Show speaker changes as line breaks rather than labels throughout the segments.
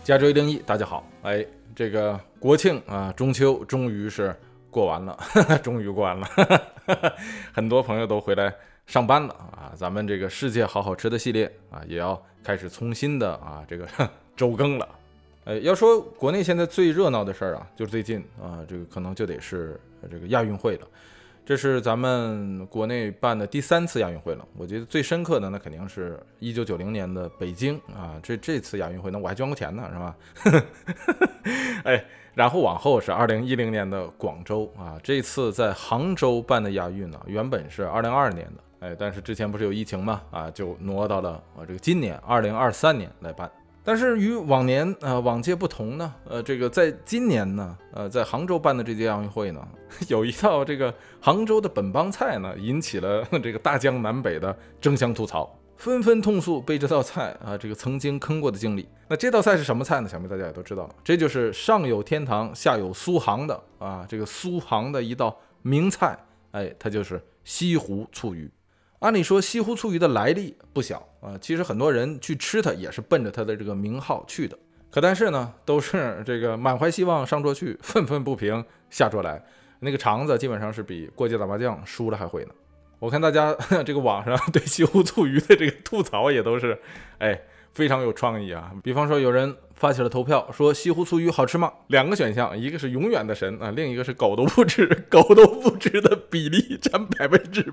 加州101，大家好。这个国庆啊，中秋终于是过完了，终于过完了，很多朋友都回来上班了啊。咱们这个世界好好吃的系列啊，也要开始重新的这个周更了。要说国内现在最热闹的事儿啊，就是最近啊，这个可能就得是这个亚运会了。这是咱们国内办的第3次亚运会了，我觉得最深刻的那肯定是1990年的北京啊，这次亚运会，那我还捐过钱呢，是吧？然后往后是2010年的广州啊，这次在杭州办的亚运呢，原本是2022年的，但是之前不是有疫情嘛，就挪到了这个今年2023年来办。但是与往届不同呢，这个在今年呢，在杭州办的这届亚运会呢，有一道这个杭州的本帮菜呢，引起了这个大江南北的争相吐槽，纷纷痛诉被这道菜这个曾经坑过的经历。那这道菜是什么菜呢？想必大家也都知道了，这就是上有天堂，下有苏杭的这个苏杭的一道名菜，它就是西湖醋鱼。按理说西湖醋鱼的来历不小其实很多人去吃它也是奔着它的这个名号去的，可但是呢，都是这个满怀希望上桌去，愤愤不平下桌来，那个肠子基本上是比过街打麻将输了还会呢。我看大家这个网上对西湖醋鱼的这个吐槽也都是非常有创意啊。比方说有人发起了投票，说西湖醋鱼好吃吗？2个选项，一个是永远的神另一个是狗都不吃，狗都不吃的比例占88.9%，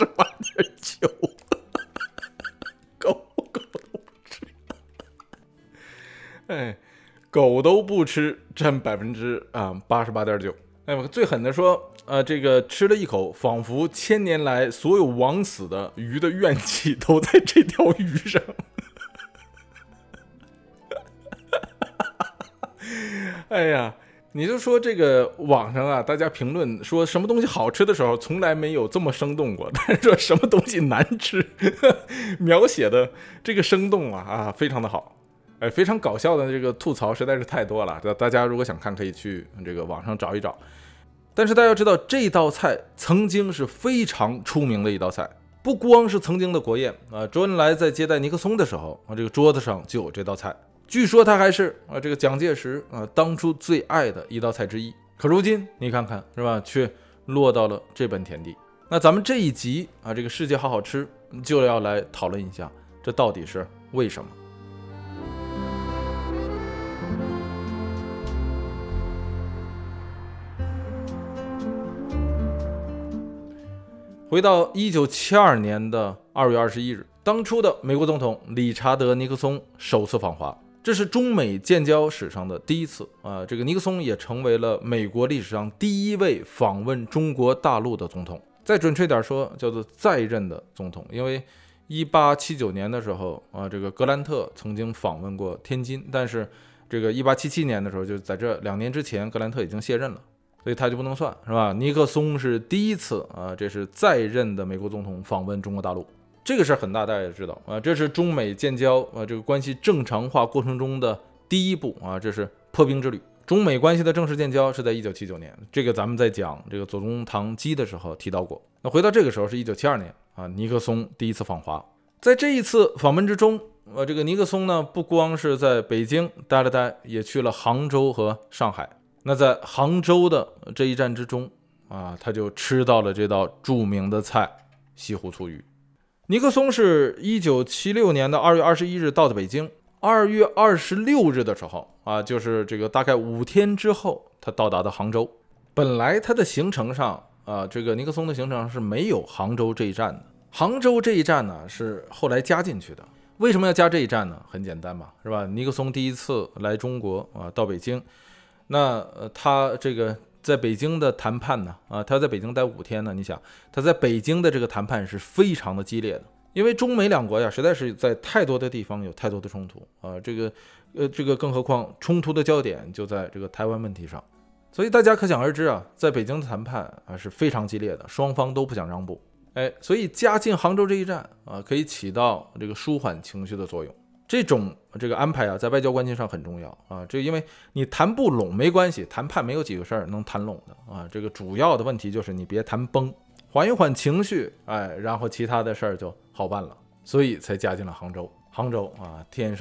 狗都不吃，狗都不吃占88.9%。最狠的说，这个吃了一口，仿佛1000年来所有枉死的鱼的怨气都在这条鱼上。你就说这个网上大家评论说什么东西好吃的时候，从来没有这么生动过，但是说什么东西难吃，描写的这个生动非常的好。非常搞笑的这个吐槽实在是太多了，大家如果想看可以去这个网上找一找。但是大家要知道，这道菜曾经是非常出名的一道菜，不光是曾经的国宴周恩来在接待尼克松的时候这个桌子上就有这道菜，据说它还是这个蒋介石当初最爱的一道菜之一。可如今你看看是吧，却落到了这般田地。那咱们这一集这个世界好好吃就要来讨论一下，这到底是为什么。回到1972年的2月21日，当初的美国总统理查德·尼克松首次访华，这是中美建交史上的第一次这个尼克松也成为了美国历史上第一位访问中国大陆的总统，再准确点说叫做在任的总统。因为1879年的时候这个格兰特曾经访问过天津，但是这个1877年的时候，就在这2年之前，格兰特已经卸任了，所以他就不能算是吧？尼克松是第一次这是在任的美国总统访问中国大陆，这个事很大，大家也知道这是中美建交这个关系正常化过程中的第一步这是破冰之旅。中美关系的正式建交是在1979年，这个咱们在讲这个左宗棠基的时候提到过。那回到这个时候是1972年尼克松第一次访华。在这一次访问之中这个尼克松呢，不光是在北京待了待，也去了杭州和上海。那在杭州的这一站之中他就吃到了这道著名的菜西湖醋鱼。尼克松是1976年的2月21日到的北京，2月26日的时候就是这个大概5天之后，他到达的杭州。本来他的行程上这个尼克松的行程上是没有杭州这一站的，杭州这一站呢是后来加进去的。为什么要加这一站呢？很简单嘛，是吧？尼克松第一次来中国到北京，那他这个在北京的谈判呢他在北京待5天呢，你想他在北京的这个谈判是非常的激烈的，因为中美两国呀实在是在太多的地方有太多的冲突这个更何况冲突的焦点就在这个台湾问题上，所以大家可想而知在北京的谈判是非常激烈的，双方都不想让步。所以加进杭州这一站可以起到这个舒缓情绪的作用。这种这个安排在外交关系上很重要这因为你谈不拢没关系，谈判没有几个事儿能谈拢的这个主要的问题就是你别谈崩，缓一缓情绪然后其他的事儿就好办了，所以才加进了杭州。杭州天上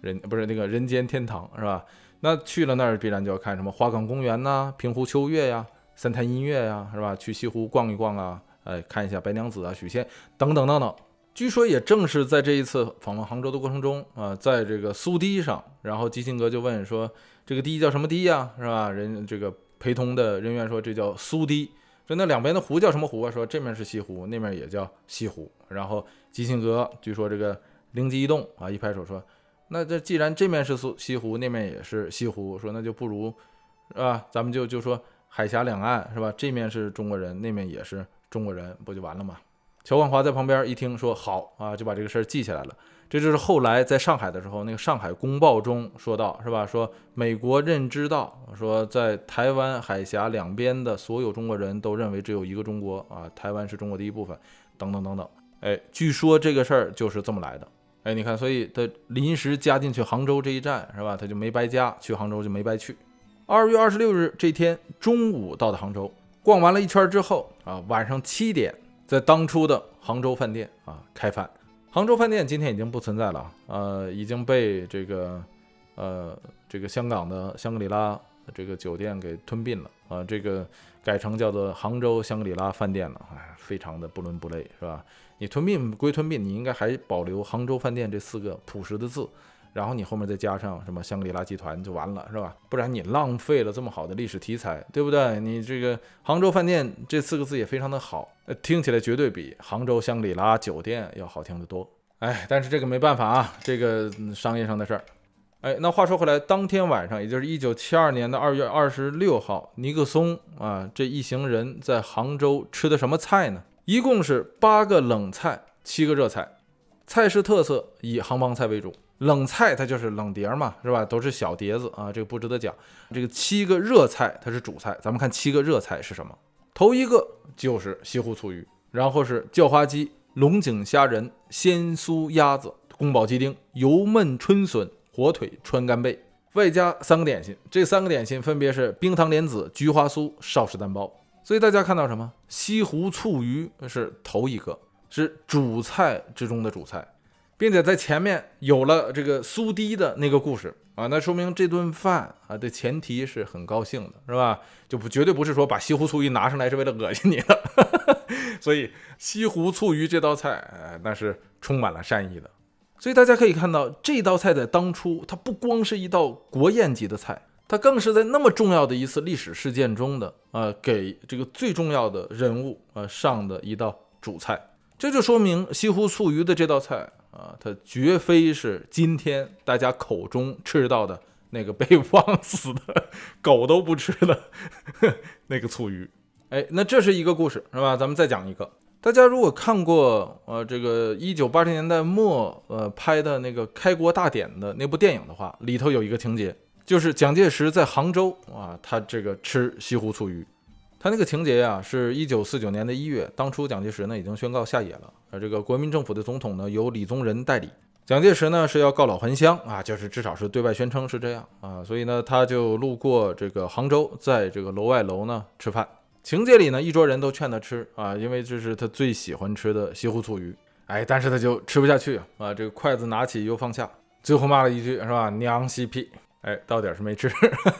不是那个人间天堂是吧？那去了那儿必然就要看什么花岗公园呐、平湖秋月呀、三潭印月呀，是吧？去西湖逛一逛啊，看一下白娘子啊、许仙等等等等。据说也正是在这一次访问杭州的过程中啊，在这个苏堤上，然后基辛格就问说这个堤叫什么堤呀，是吧？这个陪同的人员说这叫苏堤。说那两边的湖叫什么湖啊？说这面是西湖，那面也叫西湖。然后基辛格据说这个灵机一动啊，一拍手说，那这既然这面是西湖，那面也是西湖，说那就不如啊，咱们就说海峡两岸是吧？这面是中国人，那面也是中国人，不就完了吗？乔冠华在旁边一听说好啊，就把这个事儿记下来了。这就是后来在上海的时候，那个上海公报中说到是吧？说美国认知到，说在台湾海峡两边的所有中国人都认为只有一个中国啊，台湾是中国的一部分，等等等等。据说这个事儿就是这么来的。你看，所以他临时加进去杭州这一站是吧？他就没白加，去杭州就没白去。2月26日这天中午到的杭州，逛完了一圈之后啊，晚上7点在当初的杭州饭店啊开饭。杭州饭店今天已经不存在了，已经被这个香港的香格里拉这个酒店给吞并了啊，这个改成叫做杭州香格里拉饭店了，非常的不伦不类，是吧？你吞并归吞并，你应该还保留杭州饭店这4个朴实的字，然后你后面再加上什么香格里拉集团就完了，是吧？不然你浪费了这么好的历史题材，对不对？你这个杭州饭店这4个字也非常的好，听起来绝对比杭州香格里拉酒店要好听得多。但是这个没办法啊，这个商业上的事儿。那话说回来，当天晚上，也就是1972年的2月26号，尼克松啊这一行人在杭州吃的什么菜呢？一共是8个冷菜，7个热菜。菜式特色以杭帮菜为主，冷菜它就是冷碟嘛，是吧？都是小碟子啊，这个不值得讲。这个7个热菜它是主菜，咱们看7个热菜是什么？头一个就是西湖醋鱼，然后是叫花鸡、龙井虾仁、鲜酥鸭子、宫保鸡丁、油焖春笋、火腿、川干贝，外加3个点心。这3个点心分别是冰糖莲子、菊花酥、邵氏蛋包。所以大家看到什么？西湖醋鱼是头一个，是主菜之中的主菜，并且在前面有了这个苏堤的那个故事啊，那说明这顿饭啊的前提是很高兴的，是吧？就绝对不是说把西湖醋鱼拿上来是为了恶心你的。所以西湖醋鱼这道菜，那是充满了善意的。所以大家可以看到，这道菜在当初它不光是一道国宴级的菜，它更是在那么重要的一次历史事件中的给这个最重要的人物上的一道主菜。这就说明西湖醋鱼的这道菜它绝非是今天大家口中吃到的那个被忘死的狗都不吃的那个醋鱼。那这是一个故事，是吧？咱们再讲一个。大家如果看过这个1980年代末拍的那个开国大典的那部电影的话，里头有一个情节，就是蒋介石在杭州他这个吃西湖醋鱼。他那个情节是1949年的1月，当初蒋介石呢已经宣告下野了，这个国民政府的总统呢由李宗仁代理。蒋介石呢是要告老还乡就是至少是对外宣称是这样所以呢他就路过这个杭州，在这个楼外楼呢吃饭。情节里呢，一桌人都劝他吃因为这是他最喜欢吃的西湖醋鱼。但是他就吃不下去这个筷子拿起又放下，最后骂了一句是吧？娘西屁！到点是没吃。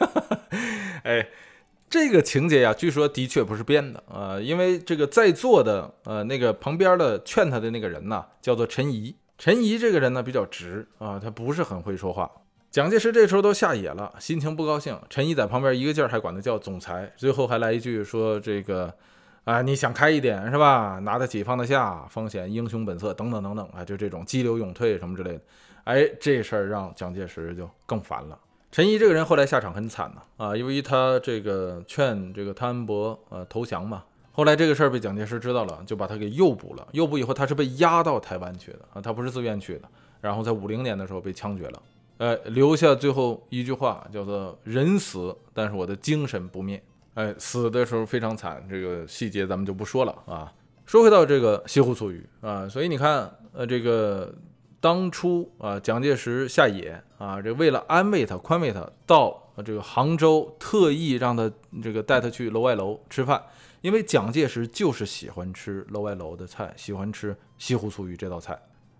这个情节据说的确不是编的因为这个在座的那个旁边的劝他的那个人呢，叫做陈仪。陈仪这个人呢比较直他不是很会说话。蒋介石这时候都下野了，心情不高兴，陈仪在旁边一个劲儿还管他叫总裁，最后还来一句说这个你想开一点是吧？拿得起放得下，风险英雄本色等等等等就这种激流勇退什么之类的。这事儿让蒋介石就更烦了。陈仪这个人后来下场很惨因为他这个劝这个汤恩伯投降嘛，后来这个事儿被蒋介石知道了，就把他给诱捕了。诱捕以后他是被押到台湾去的他不是自愿去的，然后在50年的时候被枪决了。留下最后一句话叫做人死，但是我的精神不灭。死的时候非常惨，这个细节咱们就不说了说回到这个西湖醋鱼所以你看这个当初蒋介石下野这为了安慰他宽慰他，到这个杭州特意让他这个带他去楼外楼吃饭，因为蒋介石就是喜欢吃楼外楼的菜，喜欢吃西湖醋鱼这道菜。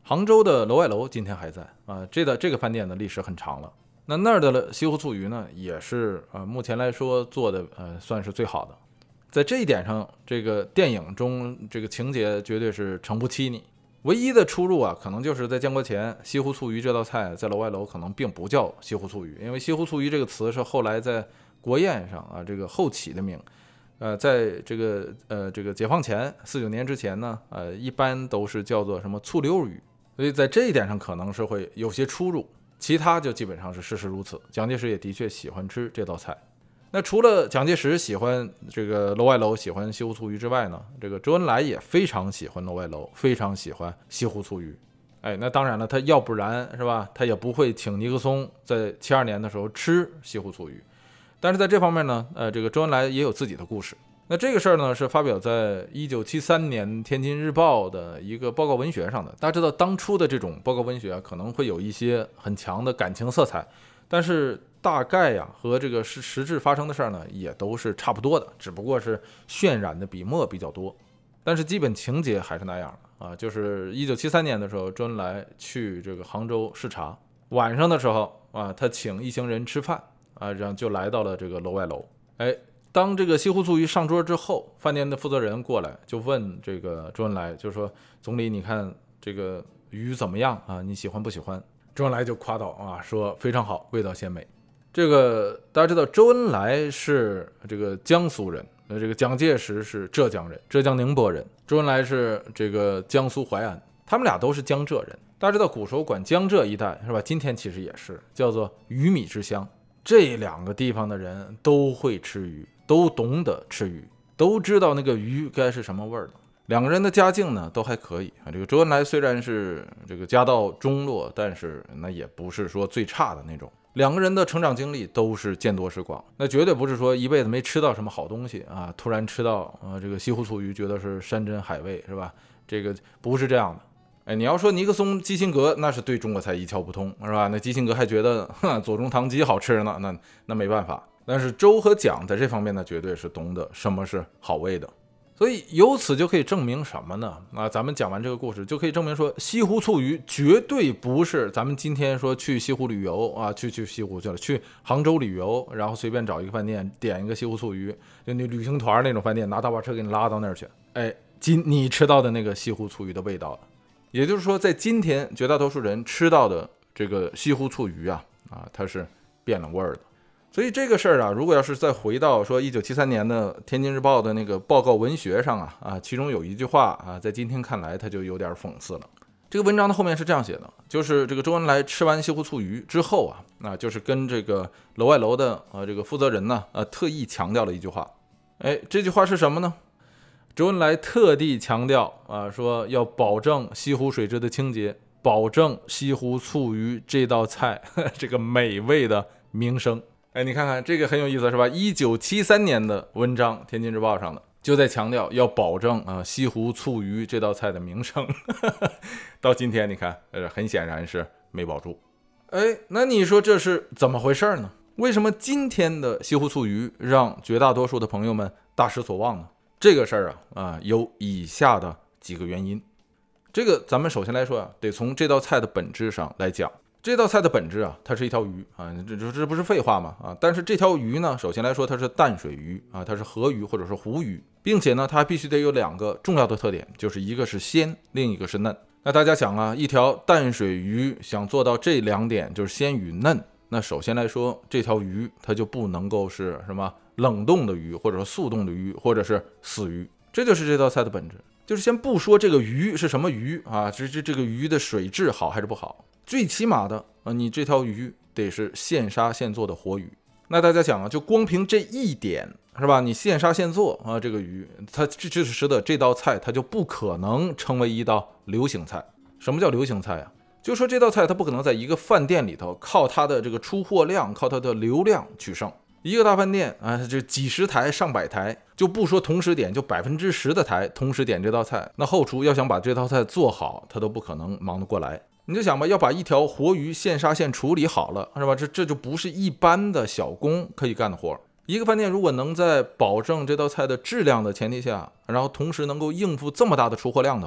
杭州的楼外楼今天还在啊，这个饭店的历史很长了。那儿的西湖醋鱼呢，也是目前来说做的算是最好的。在这一点上，这个电影中这个情节绝对是诚不欺你。唯一的出入啊，可能就是在建国前，西湖醋鱼这道菜在楼外楼可能并不叫西湖醋鱼，因为西湖醋鱼这个词是后来在国宴上啊这个后起的名。在这个解放前49年之前呢，一般都是叫做什么醋溜鱼，所以在这一点上可能是会有些出入，其他就基本上是事实如此。蒋介石也的确喜欢吃这道菜。那除了蒋介石喜欢这个楼外楼，喜欢西湖醋鱼之外呢，这个周恩来也非常喜欢楼外楼，非常喜欢西湖醋鱼。那当然了，他要不然是吧，他也不会请尼克松在72年的时候吃西湖醋鱼。但是在这方面呢，这个周恩来也有自己的故事。那这个事儿呢，是发表在1973年《天津日报》的一个报告文学上的。大家知道，当初的这种报告文学可能会有一些很强的感情色彩，但是大概呀，和这个实质发生的事儿呢，也都是差不多的，只不过是渲染的笔墨比较多，但是基本情节还是那样的啊。就是1973年的时候，周恩来去这个杭州视察，晚上的时候啊，他请一行人吃饭啊，然后就来到了这个楼外楼。当这个西湖醋鱼上桌之后，饭店的负责人过来就问这个周恩来，就说：“总理，你看这个鱼怎么样啊？你喜欢不喜欢？”周恩来就夸道啊，说非常好，味道鲜美。这个大家知道，周恩来是这个江苏人，这个蒋介石是浙江人，浙江宁波人，周恩来是这个江苏淮安，他们俩都是江浙人。大家知道，古时候管江浙一带是吧？今天其实也是叫做鱼米之乡。这两个地方的人都会吃鱼，都懂得吃鱼，都知道那个鱼该是什么味儿的。两个人的家境呢都还可以啊。这个周恩来虽然是这个家道中落，但是那也不是说最差的那种。两个人的成长经历都是见多识广，那绝对不是说一辈子没吃到什么好东西啊，突然吃到这个西湖醋鱼觉得是山珍海味是吧？这个不是这样的。你要说尼克松、基辛格，那是对中国菜一窍不通是吧？那基辛格还觉得左宗棠鸡好吃呢，那没办法。但是周和蒋在这方面呢，绝对是懂得什么是好味的。所以由此就可以证明什么呢？咱们讲完这个故事，就可以证明说，西湖醋鱼绝对不是咱们今天说去西湖旅游啊，去西湖去了，去杭州旅游，然后随便找一个饭店点一个西湖醋鱼，就那旅行团那种饭店，拿大巴车给你拉到那儿去，你吃到的那个西湖醋鱼的味道了。也就是说，在今天绝大多数人吃到的这个西湖醋鱼它是变了味儿的。所以这个事儿如果要是再回到说1973年的《天津日报》的那个报告文学上其中有一句话在今天看来它就有点讽刺了。这个文章的后面是这样写的，就是这个周恩来吃完西湖醋鱼之后就是跟这个楼外楼的这个负责人呢特意强调了一句话。这句话是什么呢？周恩来特地强调说要保证西湖水质的清洁，保证西湖醋鱼这道菜这个美味的名声。你看看这个很有意思是吧？1973年的文章，《天津日报》上的就在强调要保证西湖醋鱼这道菜的名声。到今天你看，很显然是没保住。那你说这是怎么回事呢？为什么今天的西湖醋鱼让绝大多数的朋友们大失所望呢？这个事儿有以下的几个原因。这个咱们首先来说得从这道菜的本质上来讲。这道菜的本质它是一条鱼这不是废话吗？但是这条鱼呢，首先来说它是淡水鱼它是河鱼或者是湖鱼，并且呢它还必须得有两个重要的特点，就是一个是鲜，另一个是嫩。那大家想一条淡水鱼想做到这两点，就是鲜与嫩，那首先来说这条鱼它就不能够是什么冷冻的鱼，或者说速冻的鱼，或者是死鱼。这就是这道菜的本质。就是先不说这个鱼是什么鱼这个鱼的水质好还是不好，最起码的你这条鱼得是现杀现做的活鱼。那大家想就光凭这一点是吧？你现杀现做这个鱼，它这使得这道菜它就不可能成为一道流行菜。什么叫流行菜就说这道菜它不可能在一个饭店里头靠它的这个出货量，靠它的流量取胜。一个大饭店这几十台上百台，就不说同时点，就10%的台同时点这道菜，那后厨要想把这道菜做好，他都不可能忙得过来。你就想吧，要把一条活鱼现杀现处理好了是吧？这就不是一般的小工可以干的活。一个饭店如果能在保证这道菜的质量的前提下，然后同时能够应付这么大的出货量的话，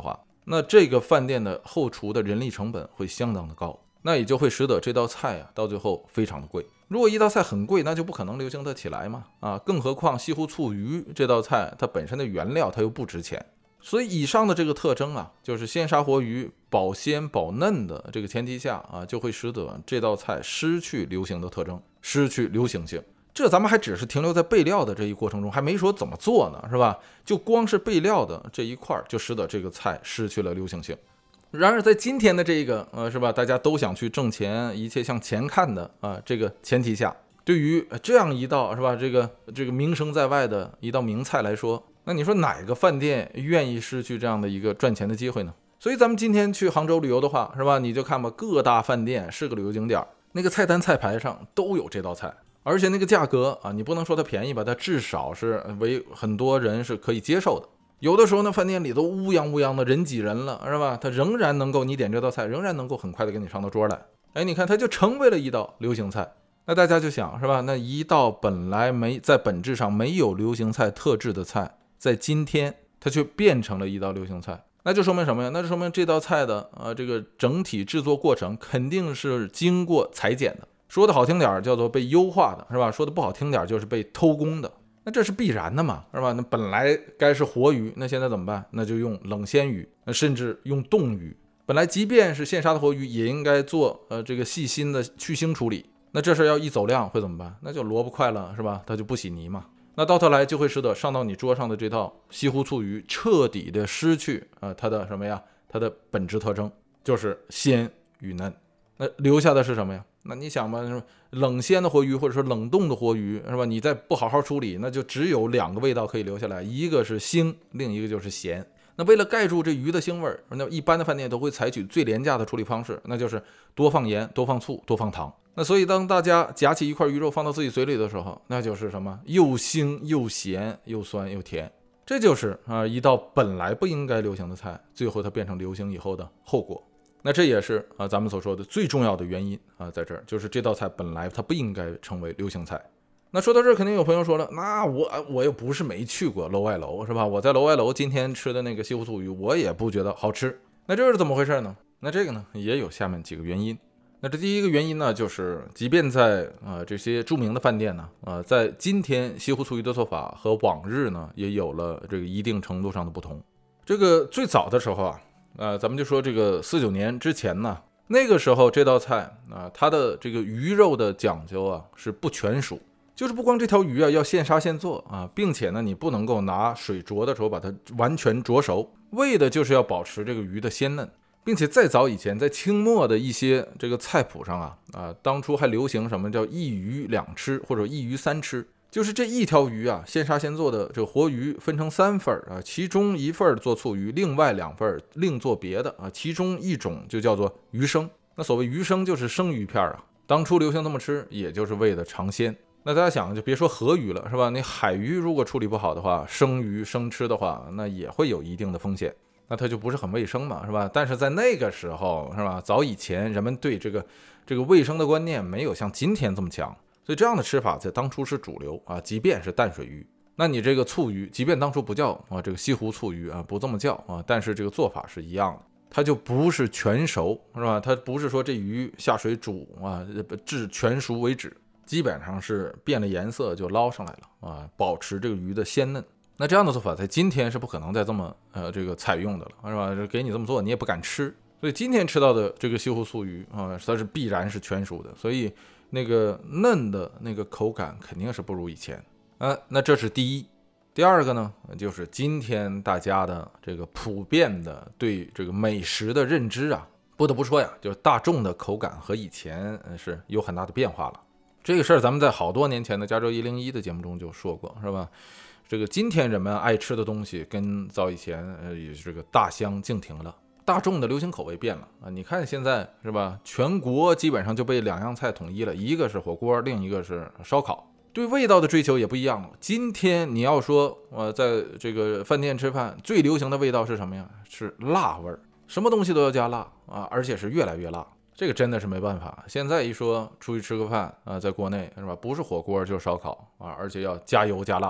那这个饭店的后厨的人力成本会相当的高，那也就会使得这道菜啊到最后非常的贵。如果一道菜很贵，那就不可能流行得起来嘛更何况西湖醋鱼这道菜它本身的原料它又不值钱。所以以上的这个特征啊，就是鲜杀活鱼保鲜保嫩的这个前提下啊，就会使得这道菜失去流行的特征，失去流行性。这咱们还只是停留在备料的这一过程中，还没说怎么做呢，是吧？就光是备料的这一块，就使得这个菜失去了流行性。然而在今天的这个是吧，大家都想去挣钱，一切向钱看的这个前提下，对于这样一道是吧，这个名声在外的一道名菜来说，那你说哪个饭店愿意失去这样的一个赚钱的机会呢？所以咱们今天去杭州旅游的话，是吧？你就看吧，各大饭店是个旅游景点，那个菜单菜牌上都有这道菜，而且那个价格你不能说它便宜吧，它至少是为很多人是可以接受的。有的时候呢，饭店里都乌泱乌泱的人挤人了，是吧？它仍然能够，你点这道菜仍然能够很快的给你上到桌来。你看它就成为了一道流行菜。那大家就想，是吧？那一道本来在本质上没有流行菜特质的菜，在今天它却变成了一道流行菜，那就说明什么呀？那就说明这道菜的这个整体制作过程肯定是经过裁剪的，说的好听点叫做被优化的，是吧？说的不好听点就是被偷工的。那这是必然的嘛，是吧？那本来该是活鱼，那现在怎么办？那就用冷鲜鱼，甚至用冻鱼。本来即便是现杀的活鱼，也应该做这个细心的去腥处理。那这事要一走量会怎么办？那就萝卜快了，是吧？它就不洗泥嘛。那到头来就会使得上到你桌上的这道西湖醋鱼彻底的失去它的什么呀？它的本质特征就是鲜与嫩。那留下的是什么呀？那你想吧，冷鲜的活鱼或者说冷冻的活鱼，是吧？你再不好好处理，那就只有两个味道可以留下来，一个是腥，另一个就是咸。那为了盖住这鱼的腥味，那一般的饭店都会采取最廉价的处理方式，那就是多放盐、多放醋、多放糖。那所以当大家夹起一块鱼肉放到自己嘴里的时候，那就是什么？又腥又咸又酸又甜。这就是一道本来不应该流行的菜，最后它变成流行以后的后果。那这也是咱们所说的最重要的原因在这儿，就是这道菜本来它不应该成为流行菜。那说到这儿，肯定有朋友说了，那我又不是没去过楼外楼，是吧？我在楼外楼今天吃的那个西湖醋鱼，我也不觉得好吃。那这是怎么回事呢？那这个呢，也有下面几个原因。那这第一个原因呢，就是即便在这些著名的饭店呢，在今天西湖醋鱼的做法和往日呢，也有了这个一定程度上的不同。这个最早的时候咱们就说这个49年之前呢，那个时候这道菜它的这个鱼肉的讲究是不全熟，就是不光这条鱼要现杀现做并且呢你不能够拿水灼的时候把它完全灼熟，为的就是要保持这个鱼的鲜嫩。并且再早以前，在清末的一些这个菜谱上当初还流行什么叫一鱼两吃或者一鱼三吃，就是这一条鱼现杀现做的这个活鱼分成3份其中1份做醋鱼，另外2份另做别的其中一种就叫做鱼生。那所谓鱼生就是生鱼片当初流行这么吃，也就是为了尝鲜。那大家想，就别说河鱼了，是吧？你海鱼如果处理不好的话，生鱼生吃的话，那也会有一定的风险。那它就不是很卫生嘛，是吧？但是在那个时候，是吧？早以前人们对这个卫生的观念没有像今天这么强，所以这样的吃法在当初是主流即便是淡水鱼，那你这个醋鱼，即便当初不叫这个西湖醋鱼不这么叫但是这个做法是一样的，它就不是全熟，是吧？它不是说这鱼下水煮至全熟为止，基本上是变了颜色就捞上来了保持这个鱼的鲜嫩。那这样的做法在今天是不可能再这么这个采用的了，是吧？给你这么做你也不敢吃，所以今天吃到的这个西湖醋鱼它是必然是全熟的，所以那个嫩的那个口感肯定是不如以前那这是第一。第二个呢，就是今天大家的这个普遍的对这个美食的认知不得不说就是大众的口感和以前是有很大的变化了。这个事儿咱们在好多年前的加州101的节目中就说过，是吧？这个今天人们爱吃的东西跟早以前也这个大相径庭了，大众的流行口味变了你看现在是吧，全国基本上就被2样菜统一了，一个是火锅，另一个是烧烤，对味道的追求也不一样了。今天你要说在这个饭店吃饭最流行的味道是什么呀？是辣味儿，什么东西都要加辣而且是越来越辣。这个真的是没办法，现在一说出去吃个饭在国内是吧，不是火锅就是烧烤而且要加油加辣。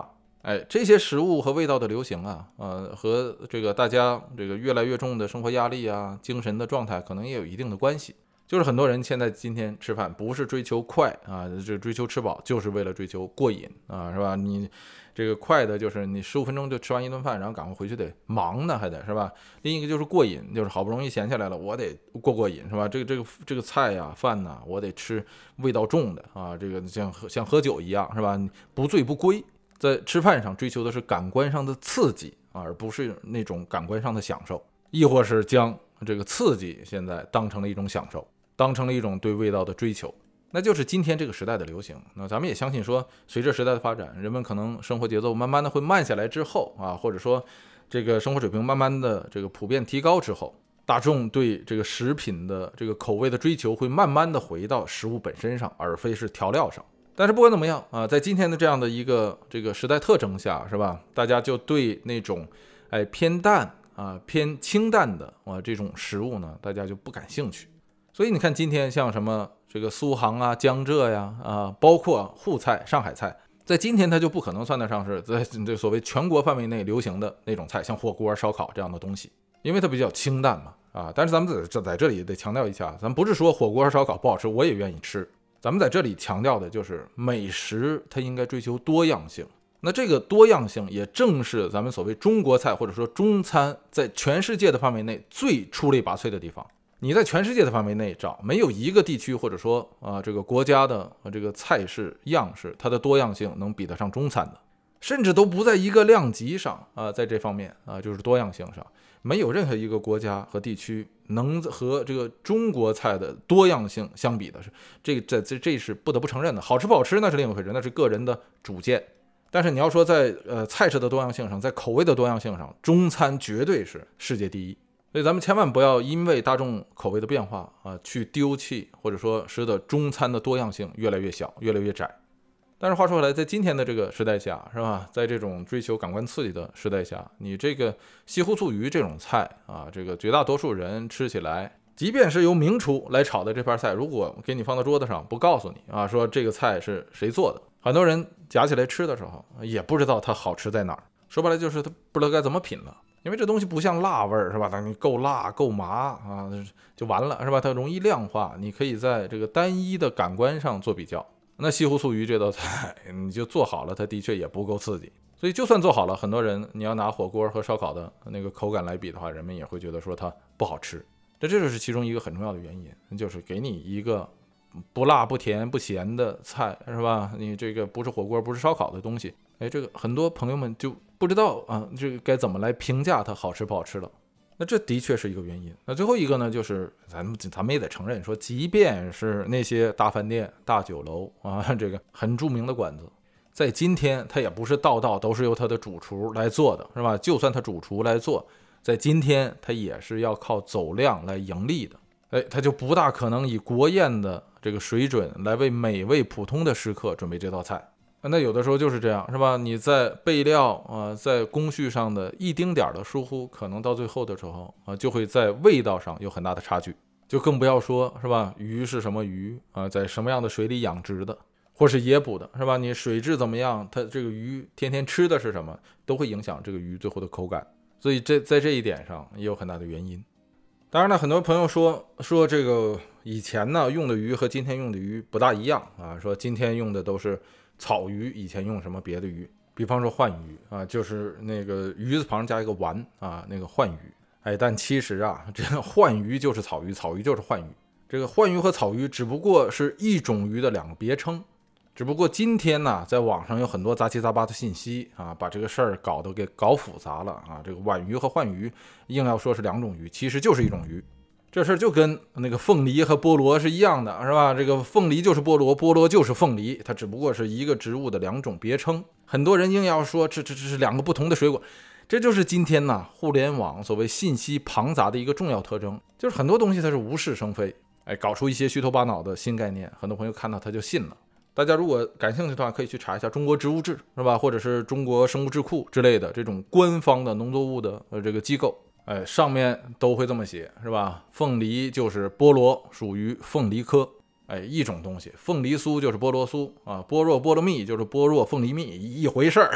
这些食物和味道的流行啊，和这个大家这个越来越重的生活压力啊、精神的状态可能也有一定的关系。就是很多人现在今天吃饭不是追求快啊，这追求吃饱，就是为了追求过瘾啊，是吧？你这个快的就是你15分钟就吃完一顿饭，然后赶快回去得忙呢，还得是吧？另一个就是过瘾，就是好不容易闲下来了，我得过瘾是吧？这个菜呀、饭呐，我得吃味道重的啊，这个像喝酒一样是吧？不醉不归。在吃饭上追求的是感官上的刺激而不是那种感官上的享受，亦或是将这个刺激现在当成了一种享受，当成了一种对味道的追求，那就是今天这个时代的流行。那咱们也相信说，随着时代的发展，人们可能生活节奏慢慢的会慢下来之后啊，或者说这个生活水平慢慢的这个普遍提高之后，大众对这个食品的这个口味的追求会慢慢的回到食物本身上，而非是调料上。但是不管怎么样啊，在今天的这样的一个这个时代特征下，是吧？大家就对那种偏淡啊、偏清淡的这种食物呢，大家就不感兴趣。所以你看今天像什么这个苏杭啊、江浙呀包括沪菜、上海菜，在今天它就不可能算得上是在这所谓全国范围内流行的那种菜，像火锅、烧烤这样的东西，因为它比较清淡嘛啊。但是咱们在这里得强调一下，咱们不是说火锅、烧烤不好吃，我也愿意吃。咱们在这里强调的就是美食它应该追求多样性，那这个多样性也正是咱们所谓中国菜或者说中餐在全世界的范围内最出类拔萃的地方。你在全世界的范围内找，没有一个地区或者说这个国家的这个菜式样式，它的多样性能比得上中餐的，甚至都不在一个量级上在这方面就是多样性上，没有任何一个国家和地区能和这个中国菜的多样性相比的，这是不得不承认的。好吃不好吃那是另一回事，那是个人的主见。但是你要说在菜式的多样性上，在口味的多样性上，中餐绝对是世界第一。所以咱们千万不要因为大众口味的变化去丢弃或者说使得中餐的多样性越来越小、越来越窄。但是话说回来，在今天的这个时代下，是吧？在这种追求感官刺激的时代下，你这个西湖醋鱼这种菜这个绝大多数人吃起来，即便是由名厨来炒的这盘菜，如果给你放到桌子上，不告诉你说这个菜是谁做的，很多人夹起来吃的时候，也不知道它好吃在哪儿。说白了就是他不知道该怎么品了，因为这东西不像辣味儿，是吧？你够辣够麻就完了，是吧？它容易量化，你可以在这个单一的感官上做比较。那西湖醋鱼这道菜你就做好了，它的确也不够刺激。所以就算做好了，很多人你要拿火锅和烧烤的那个口感来比的话，人们也会觉得说它不好吃。这就是其中一个很重要的原因，就是给你一个不辣不甜不咸的菜，是吧？你这个不是火锅不是烧烤的东西，这个很多朋友们就不知道这个该怎么来评价它好吃不好吃了。那这的确是一个原因。那最后一个呢，就是咱们也得承认说，即便是那些大饭店、大酒楼这个很著名的馆子，在今天它也不是道道都是由它的主厨来做的，是吧？就算它主厨来做，在今天它也是要靠走量来盈利的。它就不大可能以国宴的这个水准来为每位普通的食客准备这道菜。那有的时候就是这样，是吧？你在备料在工序上的一丁点的疏忽，可能到最后的时候就会在味道上有很大的差距。就更不要说，是吧？鱼是什么鱼在什么样的水里养殖的，或是野捕的，是吧？你水质怎么样，它这个鱼天天吃的是什么，都会影响这个鱼最后的口感。所以在这一点上也有很大的原因。当然了，很多朋友说这个以前呢用的鱼和今天用的鱼不大一样说今天用的都是草鱼，以前用什么别的鱼，比方说鲩鱼就是那个鱼字旁加一个丸那个鲩鱼。但其实这个鲩鱼就是草鱼，草鱼就是鲩鱼。这个鲩鱼和草鱼只不过是一种鱼的两个别称。只不过今天呢，在网上有很多杂七杂八的信息把这个事儿给搞复杂了这个皖鱼和鲩鱼硬要说是两种鱼，其实就是一种鱼。这事儿就跟那个凤梨和菠萝是一样的，是吧？这个凤梨就是菠萝，菠萝就是凤梨，它只不过是一个植物的两种别称。很多人硬要说这是两个不同的水果，这就是今天呢互联网所谓信息庞杂的一个重要特征，就是很多东西它是无事生非，搞出一些虚头巴脑的新概念，很多朋友看到他就信了。大家如果感兴趣的话，可以去查一下中国植物志，是吧？或者是中国生物智库之类的这种官方的农作物的这个机构，上面都会这么写，是吧？凤梨就是菠萝，属于凤梨科。 一种东西，凤梨酥就是菠萝酥啊，般若波罗蜜就是般若凤梨蜜，一回事儿。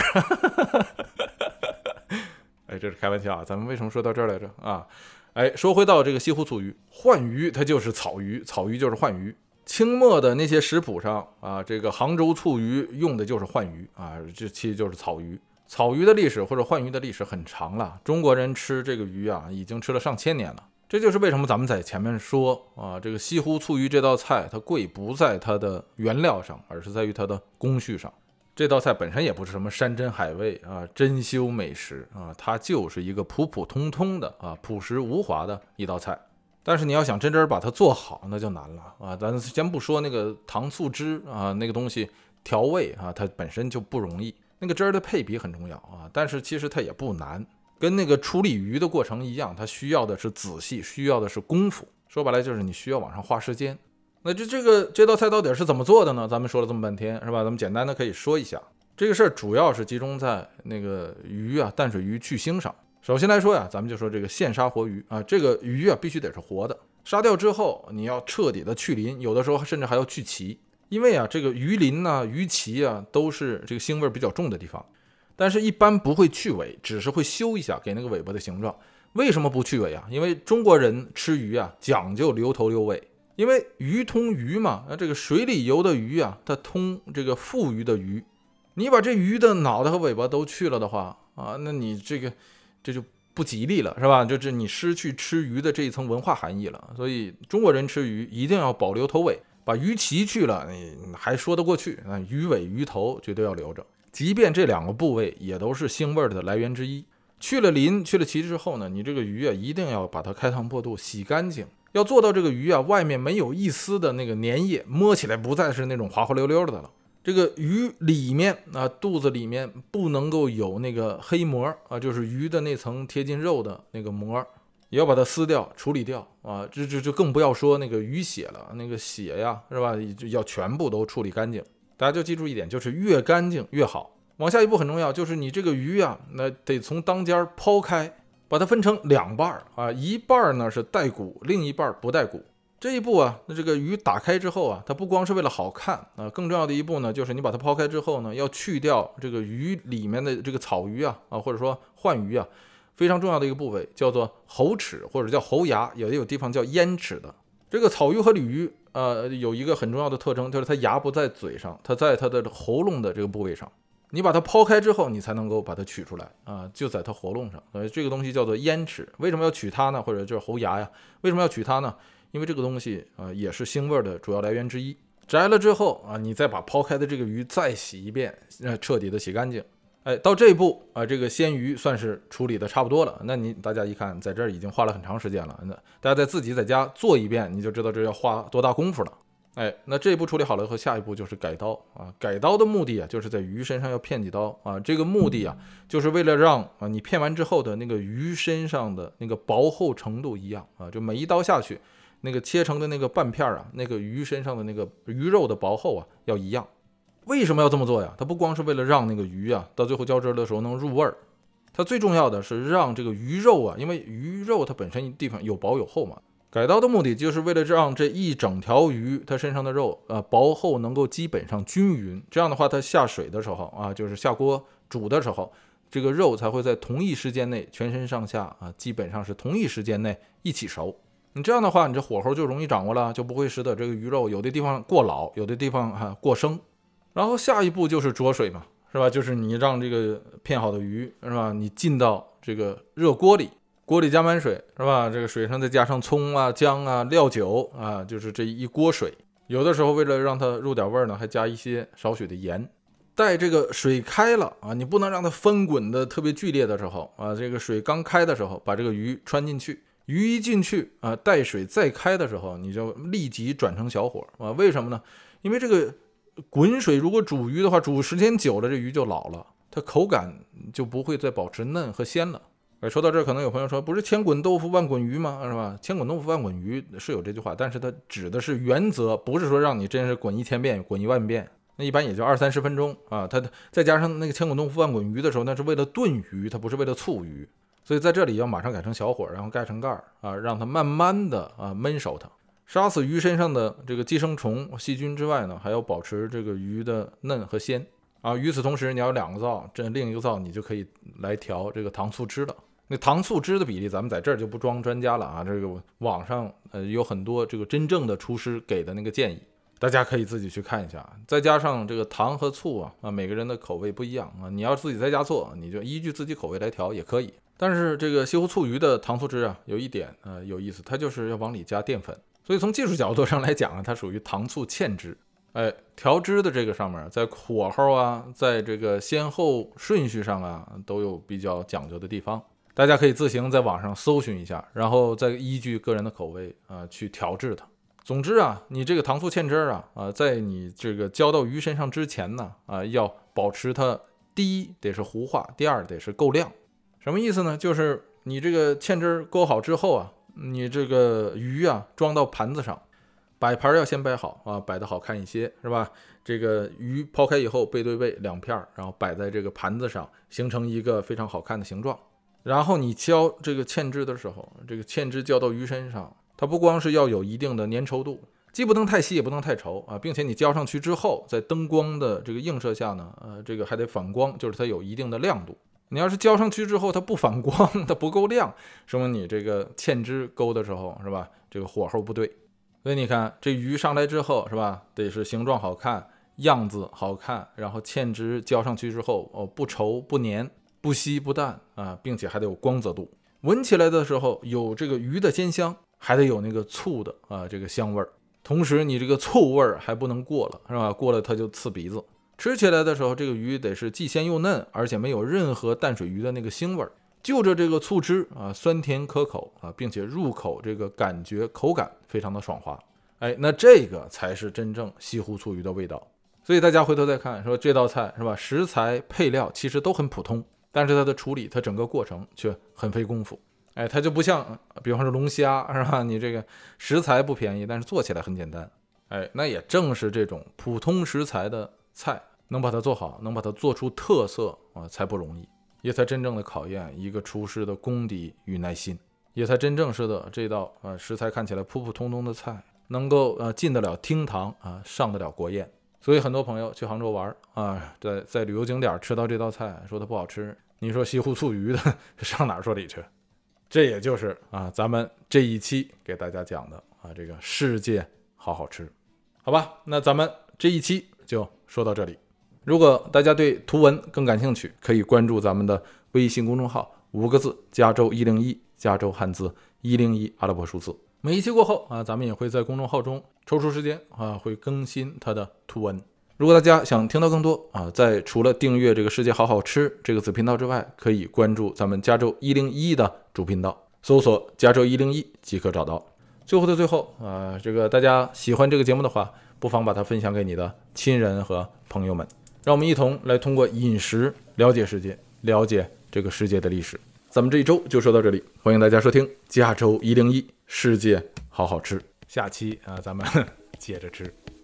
这是开玩笑啊，咱们为什么说到这儿来着啊？说回到这个西湖醋鱼，鲩鱼它就是草鱼，草鱼就是鲩鱼。清末的那些食谱上啊，这个杭州醋鱼用的就是鲩鱼啊，这其实就是草鱼。草鱼的历史或者鲩鱼的历史很长了，中国人吃这个鱼啊，已经吃了上千年了。这就是为什么咱们在前面说啊，这个西湖醋鱼这道菜它贵不在它的原料上，而是在于它的工序上。这道菜本身也不是什么山珍海味啊，珍馐美食啊，它就是一个普普通通的啊，朴实无华的一道菜。但是你要想真正把它做好，那就难了啊。咱先不说那个糖醋汁啊，那个东西调味啊，它本身就不容易，那个汁儿的配比很重要啊。但是其实它也不难。跟那个处理鱼的过程一样，它需要的是仔细，需要的是功夫。说白了就是你需要往上花时间。那这道菜到底是怎么做的呢？咱们说了这么半天，是吧？咱们简单的可以说一下，这个事儿主要是集中在那个鱼啊，淡水鱼去腥上。首先来说呀，咱们就说这个现杀活鱼啊，这个鱼啊必须得是活的，杀掉之后你要彻底的去鳞，有的时候甚至还要去鳍，因为啊这个鱼鳞啊、鱼鳍啊都是这个腥味比较重的地方。但是一般不会去尾，只是会修一下，给那个尾巴的形状。为什么不去尾啊？因为中国人吃鱼啊讲究留头留尾，因为鱼通鱼嘛，这个水里游的鱼啊，它通这个腹鱼的鱼。你把这鱼的脑袋和尾巴都去了的话啊，那你这就不吉利了，是吧？就是你失去吃鱼的这一层文化含义了。所以中国人吃鱼一定要保留头尾，把鱼鳍去了，你还说得过去啊，鱼尾鱼头绝对要留着。即便这两个部位也都是腥味的来源之一，去了鳞去了鳍之后呢，你这个鱼啊一定要把它开膛破肚洗干净，要做到这个鱼啊外面没有一丝的那个粘液，摸起来不再是那种滑滑溜溜的了。这个鱼里面啊肚子里面不能够有那个黑膜啊，就是鱼的那层贴近肉的那个膜，也要把它撕掉处理掉啊。这更不要说那个鱼血了，那个血呀是吧，要全部都处理干净。大家就记住一点，就是越干净越好。往下一步很重要，就是你这个鱼啊，那得从当间抛开，把它分成两半啊，一半呢是带骨，另一半不带骨。这一步啊，那这个鱼打开之后啊，它不光是为了好看啊，更重要的一步呢，就是你把它抛开之后呢，要去掉这个鱼里面的这个草鱼啊，或者说鲩鱼啊，非常重要的一个部位叫做喉齿或者叫喉牙，有地方叫咽齿的。这个草鱼和鲤鱼有一个很重要的特征，就是它牙不在嘴上，它在它的喉咙的这个部位上。你把它抛开之后，你才能够把它取出来啊，就在它喉咙上。这个东西叫做咽齿。为什么要取它呢？或者就是喉牙呀？为什么要取它呢？因为这个东西也是腥味的主要来源之一。摘了之后啊，你再把抛开的这个鱼再洗一遍，彻底的洗干净。到这一步啊，这个鲜鱼算是处理的差不多了。那大家一看，在这儿已经花了很长时间了。那大家自己在家做一遍，你就知道这要花多大功夫了。那这一步处理好了以后，下一步就是改刀啊。改刀的目的啊，就是在鱼身上要片几刀啊。这个目的啊，就是为了让你片完之后的那个鱼身上的那个薄厚程度一样啊。就每一刀下去，那个切成的那个半片啊，那个鱼身上的那个鱼肉的薄厚啊，要一样。为什么要这么做呀？它不光是为了让那个鱼啊，到最后浇汁的时候能入味儿，它最重要的是让这个鱼肉啊，因为鱼肉它本身地方有薄有厚嘛。改刀的目的就是为了让这一整条鱼它身上的肉薄厚能够基本上均匀，这样的话它下水的时候啊，就是下锅煮的时候，这个肉才会在同一时间内全身上下基本上是同一时间内一起熟。你这样的话，你这火候就容易掌握了，就不会使得这个鱼肉有的地方过老，有的地方过生。然后下一步就是焯水嘛，是吧？就是你让这个片好的鱼，是吧？你进到这个热锅里，锅里加满水，是吧？这个水上再加上葱啊、姜啊、料酒啊，就是这一锅水。有的时候为了让它入点味儿呢，还加一些少许的盐。待这个水开了啊，你不能让它翻滚的特别剧烈的时候啊，这个水刚开的时候，把这个鱼穿进去。鱼一进去啊，待水再开的时候，你就立即转成小火啊。为什么呢？因为这个滚水如果煮鱼的话，煮时间久了，这鱼就老了，它口感就不会再保持嫩和鲜了。说到这儿，可能有朋友说，不是千滚豆腐万滚鱼吗？是吧？千滚豆腐万滚鱼是有这句话，但是它指的是原则，不是说让你真是滚1000遍、滚10000遍。那一般也就20-30分钟啊。它再加上那个千滚豆腐万滚鱼的时候，那是为了炖鱼，它不是为了醋鱼。所以在这里要马上改成小火，然后盖成盖啊，让它慢慢的焖熟它。 杀死鱼身上的这个寄生虫、细菌之外呢，还要保持这个鱼的嫩和鲜啊。与此同时，你要有2个灶，这另一个灶你就可以来调这个糖醋汁了。那糖醋汁的比例，咱们在这儿就不装专家了啊。这个网上有很多这个真正的厨师给的那个建议，大家可以自己去看一下。再加上这个糖和醋啊，每个人的口味不一样啊。你要自己在家做，你就依据自己口味来调也可以。但是这个西湖醋鱼的糖醋汁啊，有一点有意思，它就是要往里加淀粉，所以从技术角度上来讲啊，它属于糖醋芡汁。调汁的这个上面，在火候啊，在这个先后顺序上啊，都有比较讲究的地方。大家可以自行在网上搜寻一下，然后再依据个人的口味去调制它。总之啊，你这个糖醋芡汁在你这个浇到鱼身上之前呢要保持它第一得是糊化，第二得是够亮。什么意思呢？就是你这个芡汁勾好之后啊，你这个鱼装到盘子上，摆盘要先摆好啊，摆得好看一些，是吧？这个鱼抛开以后背对背2片，然后摆在这个盘子上，形成一个非常好看的形状。然后你浇这个芡汁的时候，这个芡汁浇到鱼身上，它不光是要有一定的粘稠度，既不能太细也不能太稠啊，并且你浇上去之后，在灯光的这个映射下呢，这个还得反光，就是它有一定的亮度。你要是浇上去之后它不反光，它不够亮，说明你这个芡汁勾的时候是吧，这个火候不对。所以你看这鱼上来之后是吧，得是形状好看，样子好看，然后芡汁浇上去之后不稠不黏，不稀不淡啊，并且还得有光泽度。闻起来的时候有这个鱼的鲜香，还得有那个醋的这个香味儿。同时你这个醋味儿还不能过了，是吧？过了它就刺鼻子。吃起来的时候，这个鱼得是既鲜又嫩，而且没有任何淡水鱼的那个腥味儿。就着这个醋汁酸甜可口并且入口这个感觉口感非常的爽滑。那这个才是真正西湖醋鱼的味道。所以大家回头再看，说这道菜是吧，食材配料其实都很普通，但是它的处理，它整个过程却很费功夫。它就不像比方说龙虾是吧，你这个食材不便宜，但是做起来很简单。那也正是这种普通食材的菜能把它做好，能把它做出特色才不容易，也才真正的考验一个厨师的功底与耐心，也才真正是的这道食材看起来普普通通的菜能够进得了厅堂上得了国宴。所以很多朋友去杭州玩在旅游景点吃到这道菜说它不好吃，你说西湖醋鱼的上哪儿说理去？这也就是咱们这一期给大家讲的这个世界好好吃。好吧，那咱们这一期就说到这里。如果大家对图文更感兴趣，可以关注咱们的微信公众号，5个字加州101，加州汉字101阿拉伯数字。每一期过后咱们也会在公众号中抽出时间会更新它的图文。如果大家想听到更多在除了订阅这个世界好好吃这个子频道之外，可以关注咱们加州101的主频道，搜索加州101即可找到。最后的最后这个大家喜欢这个节目的话，不妨把它分享给你的亲人和朋友们，让我们一同来通过饮食了解世界，了解这个世界的历史。咱们这一周就说到这里，欢迎大家收听加州101世界好好吃，下期咱们接着吃。